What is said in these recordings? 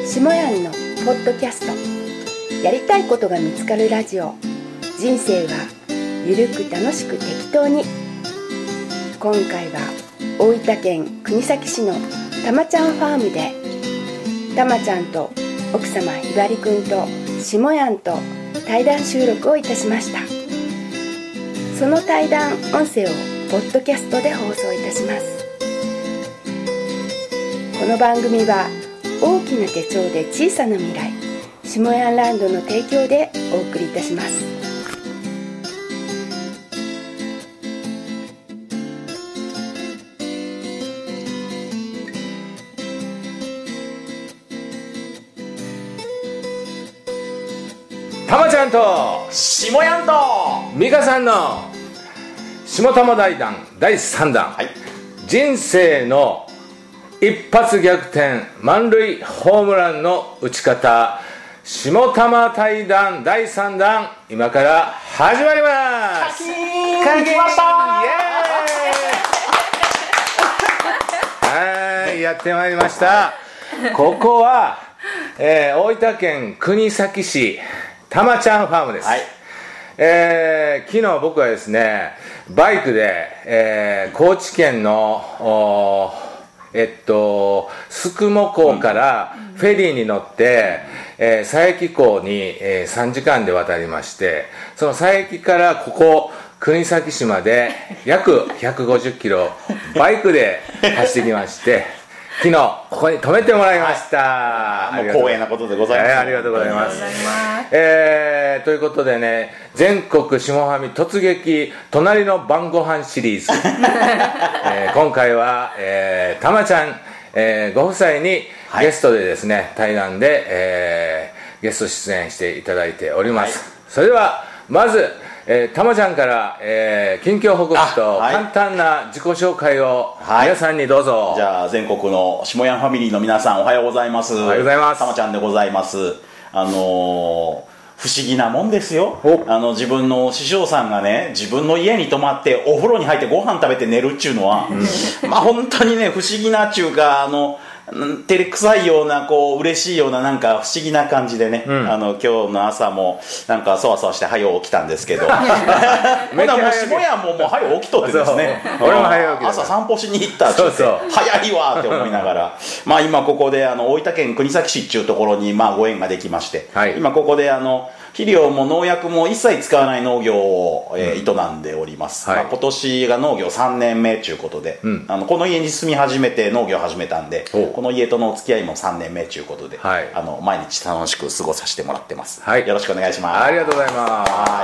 しもやんのポッドキャスト、やりたいことが見つかるラジオ。人生はゆるく楽しく適当に。今回は大分県国東市のたまちゃんファームで、たまちゃんと奥様ひばりくんとしもやんと対談収録をいたしました。その対談音声をポッドキャストで放送いたします。この番組は大きな手帳で小さな未来、しもやんランドの提供でお送りいたします。 たまちゃんとしもやんと美香さんの下玉対談第3弾、 はい、 人生の一発逆転満塁ホームランの打ち方、下玉対談第3弾、今から始まります。 来ましたはい、やってまいりました。ここは、大分県国東市たまちゃんファームです。 はい、 昨日僕はですね、バイクで、高知県の宿毛港からフェリーに乗って、佐伯港に、3時間で渡りまして、その佐伯からここ国東市まで約150キロバイクで走ってきまして昨日ここに止めてもらいました。 光栄なことでございます。 ありがとうございます。ということでね、全国下ファミ突撃隣の晩ご飯シリーズ、今回は、たまちゃん、ご夫妻にゲストでですね、対談で、ゲスト出演していただいております。それではまずたまちゃんから、近況報告と簡単な自己紹介を皆さんにどうぞ。 じゃあ全国のしもやんファミリーの皆さん、おはようございます。 おはようございます。 たまちゃんでございます。不思議なもんですよ。自分の師匠さんがね、自分の家に泊まってお風呂に入ってご飯食べて寝るっちゅうのは、まあ本当にね、不思議なっちゅうか、照れくさいような、こう嬉しいような、なんか不思議な感じでね、今日の朝もなんかそわそわして早起きたんですけどほなもうしもやんも早起きとってですね、 俺も早起きだ、 朝散歩しに行ったって言って早いわって思いながらまあ今ここで大分県国東市っていうところにまあご縁ができまして、はい、今ここで肥料も農薬も一切使わない農業を、営んでおります。はい、まあ、今年が農業3年目ということで、この家に住み始めて農業を始めたんで、この家とのお付き合いも3年目ということで、はい、毎日楽しく過ごさせてもらってます。はい、よろしくお願いします。 ありがとうございます。はい、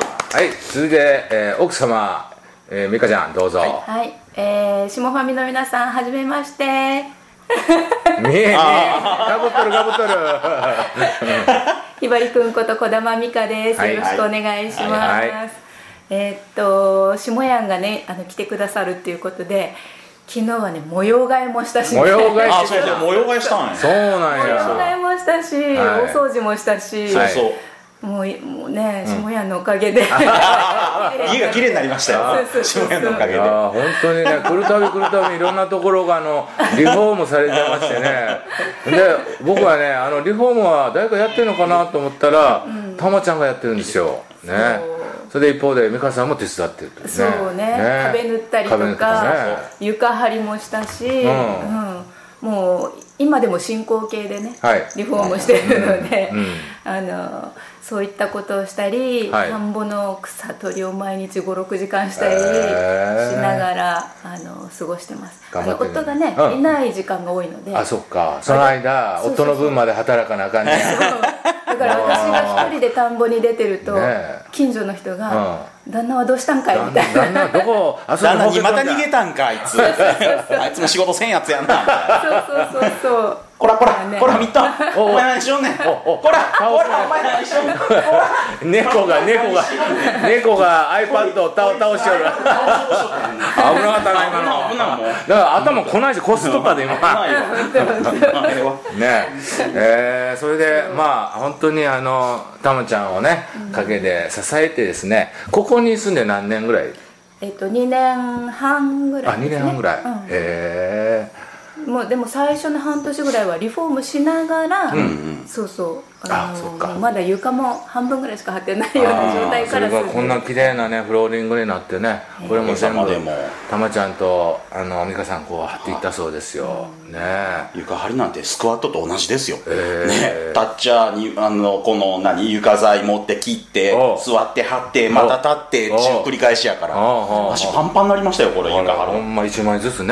続いて、奥様、美香ちゃんどうぞ。 はい、下ファミの皆さん、はじめまして。 見えガブっとるひばりくんこと児玉美香です。よろしくお願いします。しもやんがね、来てくださるっていうことで、昨日はね、模様替えもしたし、ね、 模様替えしたんや。 そうなんや。 模様替えもしたし、大掃除もしたし、 そうもうね、しもやんのおかげで家が綺麗になりましたよ。しもやんのおかげで。 本当にね、来るたびいろんなところがリフォームされてましてね。で、僕はね、リフォームは誰かやってるのかなと思ったら、たまちゃんがやってるんですよ。ね。それで一方で美香さんも手伝ってるというね。 そうね、壁塗ったりとか、床張りもしたし、もう今でも進行形でね、リフォームしてるので、そういったことをしたり、田んぼの草取りを毎日 5,6 時間したりしながら過ごしてます。夫がね、いない時間が多いので、 そっか、その間夫の分まで働かなあかんね。 だから私が一人で田んぼに出てると、近所の人が旦那はどうしたんかいみたいな。 旦那どこ旦那にまた逃げたんか、あいつあいつも仕事せんやつやな。 そうこら見た、お前何しよんねん、こらお前何しよんねん、 猫が iPad を倒しよる。危なかったな今の。だから頭こないしこすとかで今ね。それでまあ本当にたまちゃんをね陰で支えてですね、ここに住んで何年ぐらい？ 2年半ぐらいですね。 2年半ぐらい。 もうでも最初の半年ぐらいはリフォームしながら、そうそうまだ床も半分ぐらいしか張ってないような状態からそれがこんな綺麗なねフローリングになってね、これも全部たまちゃんと美香さんこう張っていったそうですよね。 床張りなんてスクワットと同じですよ、ね、タッチャーにこの床材持って切って座って張ってまた立って繰り返しやから足パンパンになりましたよこれ床張るほんま1枚ずつね。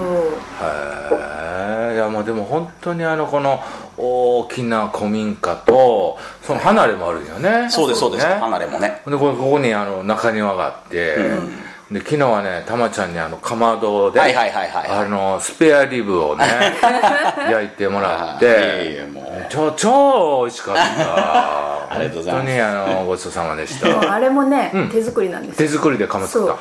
いやでも本当にこの大きな古民家とその離れもあるよね。 そうですそうです、離れもね。 でここに中庭があって、で昨日はねたまちゃんにかまどでスペアリブをね焼いてもらって超美味しかった。 ありがとうございます。 本当にごちそうさまでした。 あれもね、手作りなんです。 手作りでかま作った。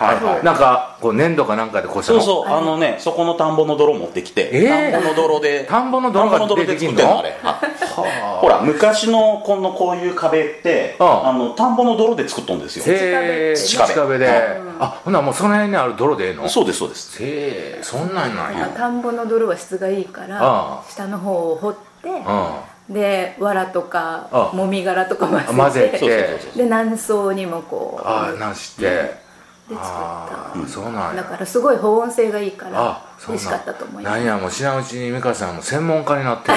なんかこう粘土かなんかでこうしたの。 そうそうそこの田んぼの泥持ってきて、田んぼの泥でで作ってんのあれ。ほら昔のこういう壁って田んぼの泥で作ったんですよ。 土壁で。ほなもうその辺にある泥でええの？ そうですそうです。 そんなんなんや。 田んぼの泥は質がいいから下の方を掘って。で藁とかもみ殻とか混ぜてで何層にもこうなしてで作ったそうなんだからすごい保温性がいいから美味しかったと思います。 なんやもう知らんうちに美香さんも専門家になってる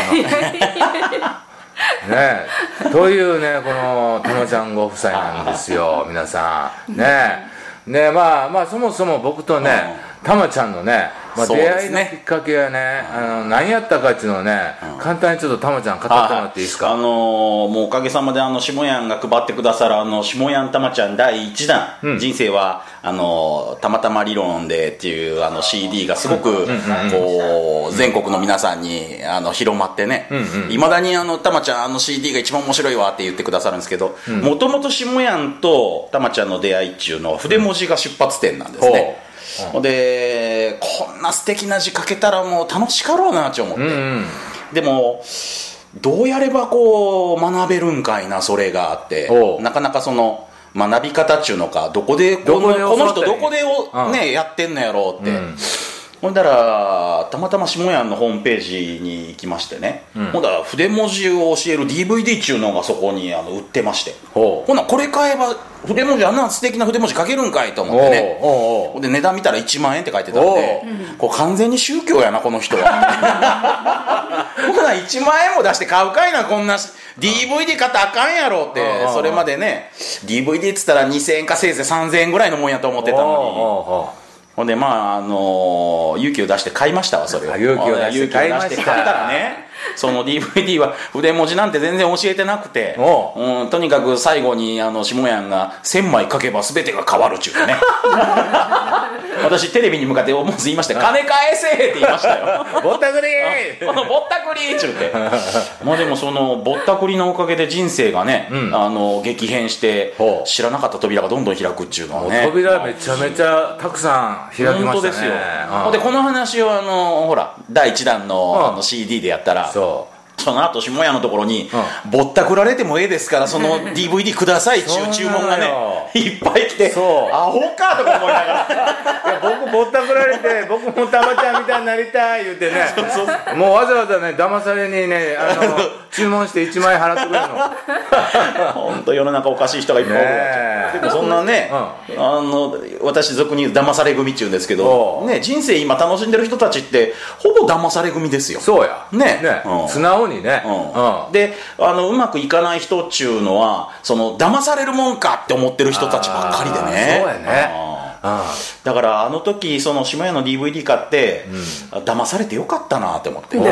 なねというねこのたまちゃんご夫妻なんですよ皆さんねまあそもそも僕とねたまちゃんのね出会いのきっかけはね何やったかっていうのをね簡単にちょっとたまちゃん語ってもらっていいですか。 もうおかげさまで下やんが配ってくださる下やんたまちゃん第1弾、人生はたまたま理論でっていうCD がすごくこう全国の皆さんに広まってね、いまだにたまちゃんCD が一番面白いわって言ってくださるんですけど、もともと下やんとたまちゃんの出会いっていうのは筆文字が出発点なんですね。でこんな素敵な字書けたらもう楽しかろうなって思って、でもどうやればこう学べるんかいなそれがあって、なかなかその学び方っちゅうのかこの人どこでねやってんのやろうって、ほんだらたまたま下やんのホームページに行きましてね、ほんだら筆文字を教える DVD っちゅうのがそこに売ってまして、ほなこれ買えば筆文字あんな素敵な筆文字書けるんかいと思ってね、で値段見たら1万円って書いてたんで、これ完全に宗教やなこの人はほな1万円も出して買うかいなこんな DVD 買ったらあかんやろって、それまでね DVD っつったら2000円かせいぜい3000円ぐらいのもんやと思ってたのに、ほんで勇気を出して買いましたわそれを。 勇気を出して買いました。 買ったらねその DVD は筆文字なんて全然教えてなくて、とにかく最後に下やんが1000枚書けば全てが変わるっちゅうね私テレビに向かって思わず言いました金返せって言いましたよぼったくりこのぼったくりっちゅうてでもそのぼったくりのおかげで人生がね、激変して知らなかった扉がどんどん開くっちゅうのはね、 扉めちゃめちゃたくさん開きましたね。 本当ですよ。でこの話をほら第1弾のCD でやったらその後下屋のところにぼったくられてもええですからその DVD くださいっていう注文がねいっぱい来てアホかとか思いながらいや僕ぼったくられて僕もたまちゃんみたいになりたい言うてねもうわざわざね騙されにね注文して1万円払ってくれるの本当世の中おかしい人がいっぱいおる。でもそんなね私俗に騙され組って言うんですけどね、人生今楽しんでる人たちってほぼ騙され組ですよ。 そうやね素直にね、 でうまくいかない人っちゅうのはその騙されるもんかって思ってる人たちばっかりでね。 そうやね。 だから時その下屋の DVD 買って、騙されてよかったなって思って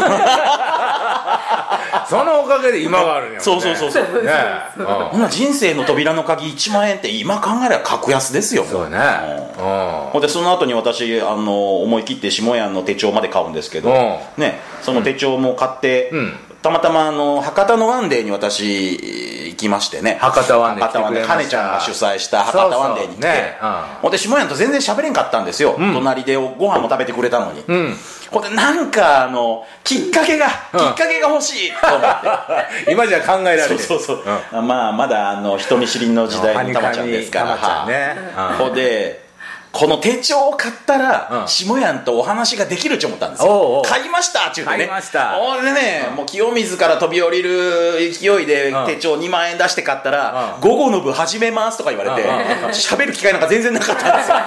そのおかげで今があるんやもんね。 そう人生の扉の鍵1万円って今考えれば格安ですよ。 そうね。 でその後に私思い切って下屋の手帳まで買うんですけど、ね、その手帳も買って、たまたま博多のワンデーに私行きましてね。 博多ワンデーかねちゃんが主催した博多ワンデーに来て、ほんで下屋と全然喋れんかったんですよ、隣でご飯も食べてくれたのに、ほんでなんかきっかけが欲しいと思って今じゃ考えられる。 まだ人見知りの時代のたまちゃんですから、ほんでこの手帳を買ったら、下やんとお話ができるって思ったんですよ。買いましたって言ってね。 買いました。 俺ね、もう清水から飛び降りる勢いで手帳2万円出して買ったら、午後の部始めますとか言われて、喋る機会なんか全然なかったんですよ。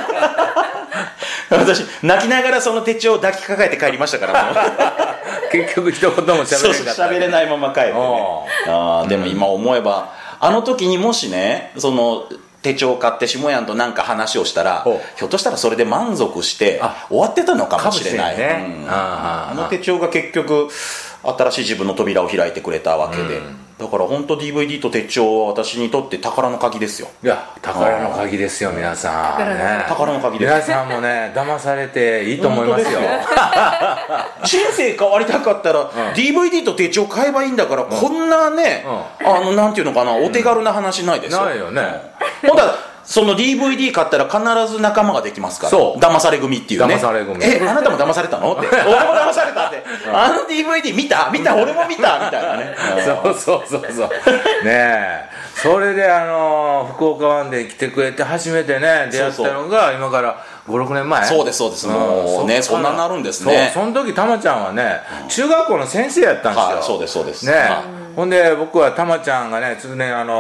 私、泣きながらその手帳を抱きかかえて帰りましたからもう結局一言も喋れなかった。そう喋れないまま帰ってね。でも今思えば、あの時にもしね、その、手帳を買って下やんと何か話をしたらひょっとしたらそれで満足して終わってたのかもしれない、あの手帳が結局新しい自分の扉を開いてくれたわけで、だから本当 DVD と手帳は私にとって宝の鍵ですよ。 いや宝の鍵ですよ皆さん、 宝の鍵です。 皆さんもね騙されていいと思いますよ。 人生変わりたかったら DVD と手帳買えばいいんだから、こんなねなんていうのかな、お手軽な話ないですよ。 ないよね。 ほんだその DVD 買ったら必ず仲間ができますから。そう騙され組っていうね。 騙され組。 あなたも騙されたのって俺も騙されたって、あの DVD 見た俺も見たみたいなね。 そうねえ、それで福岡湾で来てくれて初めてね出会ったのが今から5、6年前。 そうですもうね、そんなになるんですね。 その時たまちゃんはね中学校の先生やったんですよ。 そうですね。ほんで僕はたまちゃんがねそ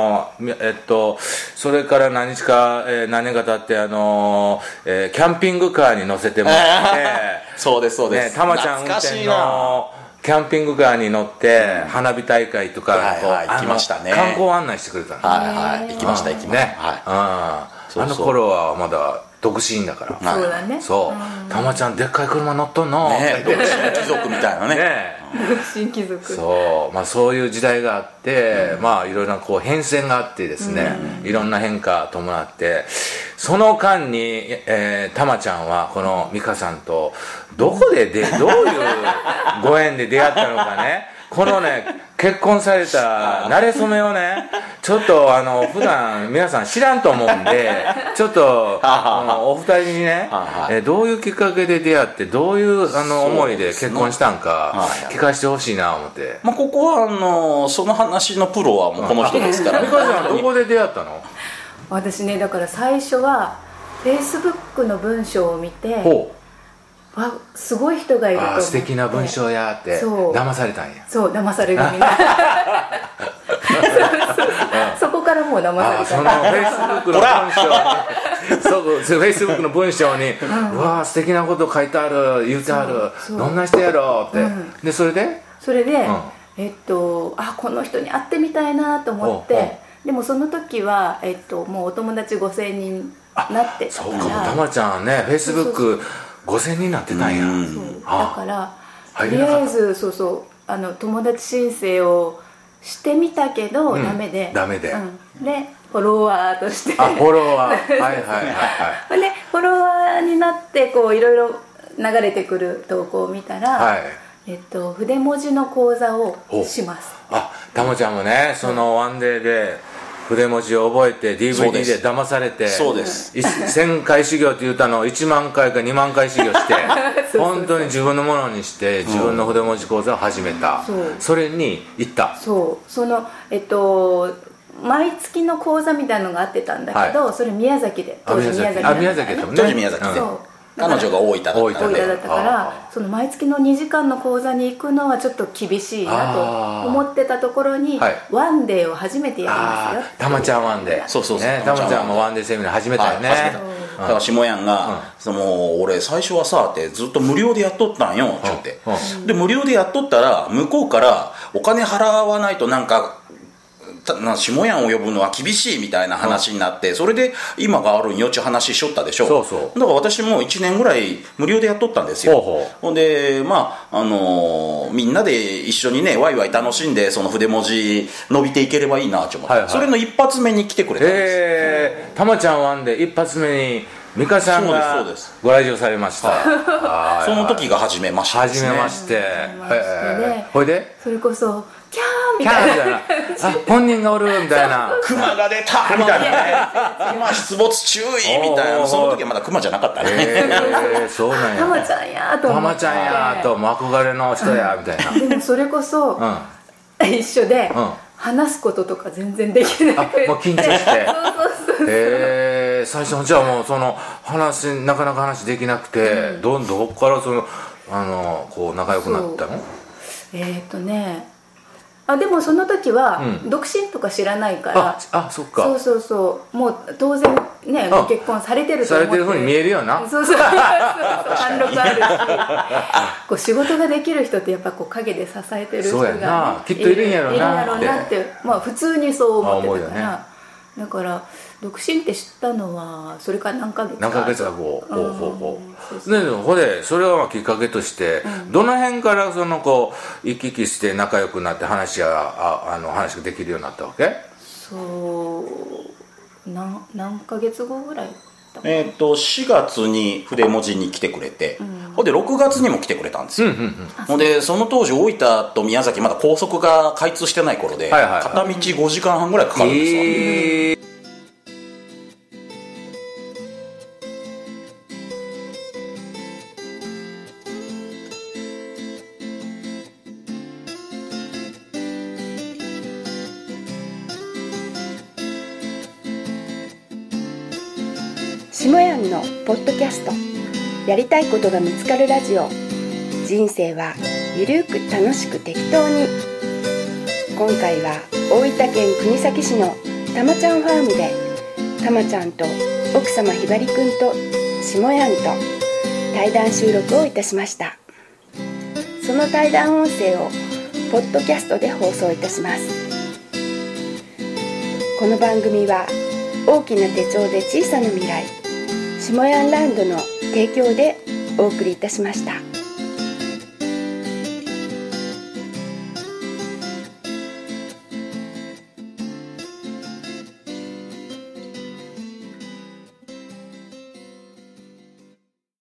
れから何日か、何年か経ってキャンピングカーに乗せてもらってそうですね、たまちゃん運転のキャンピングカーに乗って花火大会とか行きましたね。 観光案内してくれたの。 行きましたね。 あの頃はまだ独身だから。 そうだね。 そうたまちゃんでっかい車乗っとんの独身貴族みたいなね。 独身貴族。 そういう時代があって、いろいろなこう変遷があってですね、いろんな変化伴って、その間にたまちゃんはこの美香さんとどういうご縁で出会ったのかね。このね結婚された馴れ初めをねちょっと普段皆さん知らんと思うんでちょっとお二人にねどういうきっかけで出会ってどういう思いで結婚したんか聞かせてほしいな思って。 ここはその話のプロはもうこの人ですから美香さんどこで出会ったの？ 私ねだから最初は Facebook の文章を見てすごい人がいると思って、 素敵な文章やって騙されたんや。 そう騙され組なそこからもう騙された。 その Facebook の文章にうわ素敵なこと書いてある言うてあるどんな人やろうってでそれでこの人に会ってみたいなと思ってでもその時はもうお友達5000人なってたから。 そうかもたまちゃんね Facebook 5000人になってたんや。 だからとりあえず友達申請をしてみたけどダメで、でフォロワーとしてフォロワーでフォロワーになってこういろいろ流れてくる投稿を見たら、筆文字の講座をします。 たまちゃんもねそのワンデーで筆文字を覚えて DVD で騙されてそうです 1000回修行って言ったのを1万回か2万回修行して本当に自分のものにして自分の筆文字講座を始めた。それに行った毎月の講座みたいなのがあってたんだけど、それ宮崎で当時宮崎だった当時宮崎で彼女が大分だったからその毎月の2時間の講座に行くのはちょっと厳しいなと思ってたところにワンデーを初めてやりますよ。 たまちゃんワンデーたまちゃんもワンデーセミナー始めたよね。 だから下やんが俺最初はさってずっと無料でやっとったんよって言ってで無料でやっとったら向こうからお金払わないとなんか下やんを呼ぶのは厳しいみたいな話になって、それで今があるんよって話しとったでしょ。だから私も1年ぐらい無料でやっとったんですよ。ほんでみんなで一緒にねワイワイ楽しんでその筆文字伸びていければいいなと思って、それの一発目に来てくれたんです。 たまちゃんワンで一発目に美香さんがご来場されました。 その時が初めましてですね。 初めまして。ほいでそれこそキャーみたいな本人がおるみたいな熊が出たみたいなね熊出没注意みたいな。その時はまだ熊じゃなかったね。 そうなんや。 たまちゃんやとたまちゃんやと憧れの人やみたいな。 でもそれこそ一緒で話すこととか全然できない。 もう緊張して。 最初じゃあもうそのなかなか話できなくて、どこからこう仲良くなったの？ でもその時は独身とか知らないから、 そっか、 そうもう当然ね、ご結婚されてると思って、されてるふうに見えるよな。 貫禄あるし、仕事ができる人ってやっぱ陰で支えてる人が、 きっといるんやろなって、普通にそう思ってたから、だから独身って知ったのはそれから何ヶ月後。でそれはきっかけとして、どの辺から行き来して仲良くなって話ができるようになったわけ？ 何ヶ月後ぐらい 4月に筆文字に来てくれて、ほんで6月にも来てくれたんですよ。ほんでその当時大分と宮崎まだ高速が開通してない頃で、片道5時間半ぐらいかかるんですよ。 下やんのポッドキャスト、やりたいことが見つかるラジオ。人生はゆるく楽しく適当に。今回は大分県国東市のたまちゃんファームで、たまちゃんと奥様ひばりくんと下やんと対談収録をいたしました。その対談音声をポッドキャストで放送いたします。この番組は大きな手帳で小さな未来、下やんランドの提供でお送りいたしました。